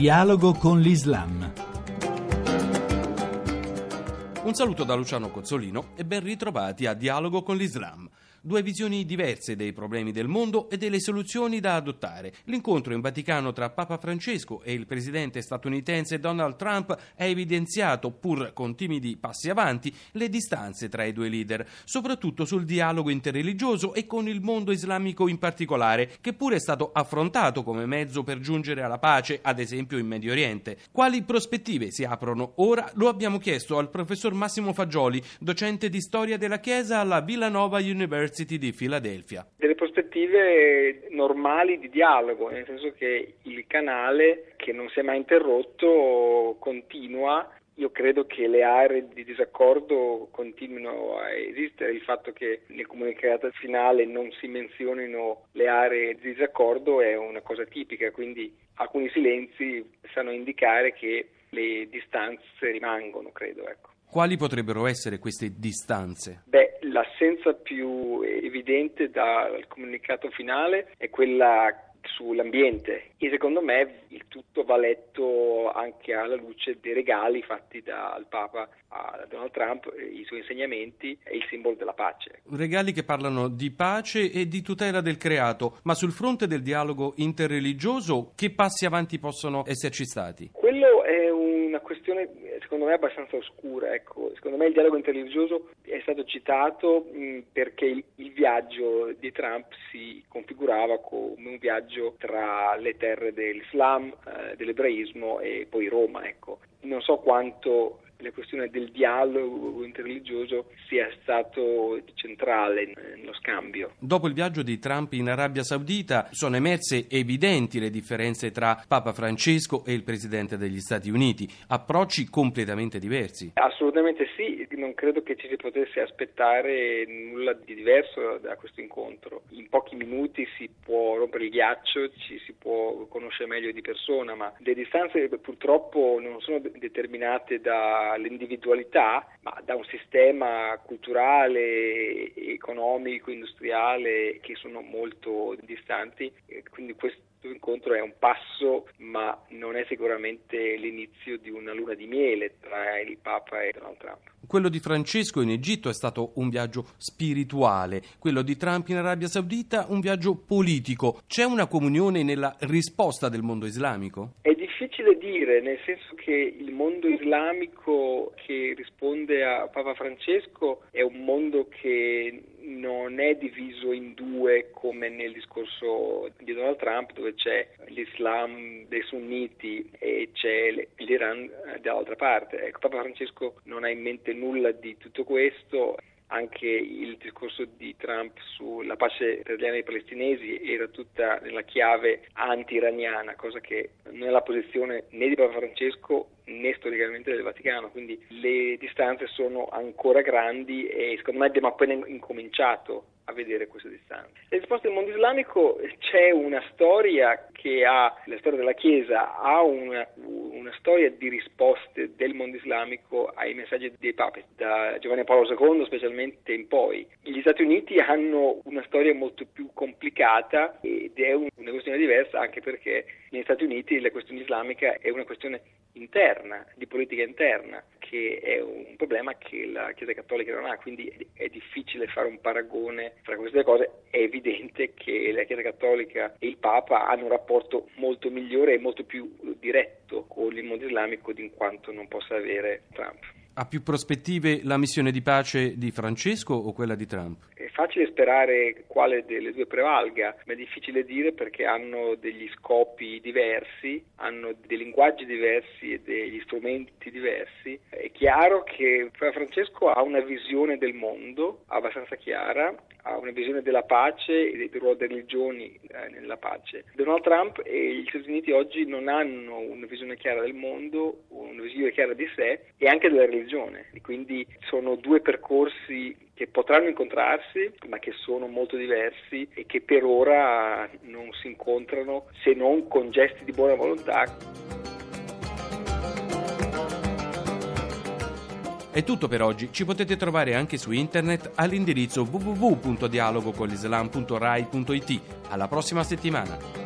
Dialogo con l'Islam. Un saluto da Luciano Cozzolino e ben ritrovati a Dialogo con l'Islam. Due visioni diverse dei problemi del mondo e delle soluzioni da adottare. L'incontro in Vaticano tra Papa Francesco e il presidente statunitense Donald Trump ha evidenziato, pur con timidi passi avanti, le distanze tra i due leader, soprattutto sul dialogo interreligioso e con il mondo islamico in particolare, che pure è stato affrontato come mezzo per giungere alla pace, ad esempio in Medio Oriente. Quali prospettive si aprono ora? Lo abbiamo chiesto al professor Massimo Fagioli, docente di storia della Chiesa alla Villanova University di Filadelfia. Delle prospettive normali di dialogo, nel senso che il canale, che non si è mai interrotto, continua. Io credo che le aree di disaccordo continuino a esistere. Il fatto che nel comunicato finale non si menzionino le aree di disaccordo è una cosa tipica, quindi alcuni silenzi sanno indicare che le distanze rimangono, credo, ecco. Quali potrebbero essere queste distanze? L'assenza più evidente dal comunicato finale è quella sull'ambiente e secondo me il tutto va letto anche alla luce dei regali fatti dal Papa a Donald Trump, i suoi insegnamenti e il simbolo della pace. Regali che parlano di pace e di tutela del creato, ma sul fronte del dialogo interreligioso che passi avanti possono esserci stati? Quello è una questione secondo me abbastanza oscura, ecco. Secondo me il dialogo interreligioso è stato citato perché il viaggio di Trump si configurava come un viaggio tra le terre dell'Islam, dell'ebraismo e poi Roma, ecco. Non so quanto la questione del dialogo interreligioso sia stato centrale nello scambio. Dopo il viaggio di Trump in Arabia Saudita sono emerse evidenti le differenze tra Papa Francesco e il Presidente degli Stati Uniti, approcci completamente diversi. Assolutamente sì, non credo che ci si potesse aspettare nulla di diverso da questo incontro. In pochi minuti si può rompere il ghiaccio, ci si può conoscere meglio di persona, ma le distanze purtroppo non sono determinate dall'individualità, ma da un sistema culturale, economico, industriale che sono molto distanti, quindi questo incontro è un passo, ma non è sicuramente l'inizio di una luna di miele tra il Papa e Donald Trump. Quello di Francesco in Egitto è stato un viaggio spirituale, quello di Trump in Arabia Saudita un viaggio politico. C'è una comunione nella risposta del mondo islamico? È difficile dire, nel senso che il mondo islamico che risponde a Papa Francesco è un mondo che non è diviso in due come nel discorso di Donald Trump, dove c'è l'Islam dei sunniti e c'è l'Iran dall'altra parte. Ecco, Papa Francesco non ha in mente nulla di tutto questo. Anche il discorso di Trump sulla pace israeliana e palestinesi era tutta nella chiave anti-iraniana, cosa che non è la posizione né di Papa Francesco né storicamente del Vaticano, quindi le distanze sono ancora grandi e secondo me abbiamo appena incominciato a vedere queste distanze. Le risposte del mondo islamico, c'è una storia che ha, la storia della Chiesa ha una storia di risposte del mondo islamico ai messaggi dei papi, da Giovanni Paolo II specialmente in poi. Gli Stati Uniti hanno una storia molto più complicata ed è una questione diversa, anche perché negli Stati Uniti la questione islamica è una questione interna, di politica interna, che è un problema che la Chiesa Cattolica non ha, quindi è difficile fare un paragone fra queste cose. È evidente che la Chiesa Cattolica e il Papa hanno un rapporto molto migliore e molto più diretto con il mondo islamico di quanto non possa avere Trump. Ha più prospettive la missione di pace di Francesco o quella di Trump? È facile sperare quale delle due prevalga, ma è difficile dire perché hanno degli scopi diversi, hanno dei linguaggi diversi e degli strumenti diversi. È chiaro che Francesco ha una visione del mondo abbastanza chiara, ha una visione della pace e del ruolo delle religioni nella pace. Donald Trump e gli Stati Uniti oggi non hanno una visione chiara del mondo, una visione chiara di sé e anche della religione. Quindi sono due percorsi che potranno incontrarsi, ma che sono molto diversi e che per ora non si incontrano se non con gesti di buona volontà. È tutto per oggi, ci potete trovare anche su internet all'indirizzo www.dialogoconlislam.rai.it. Alla prossima settimana!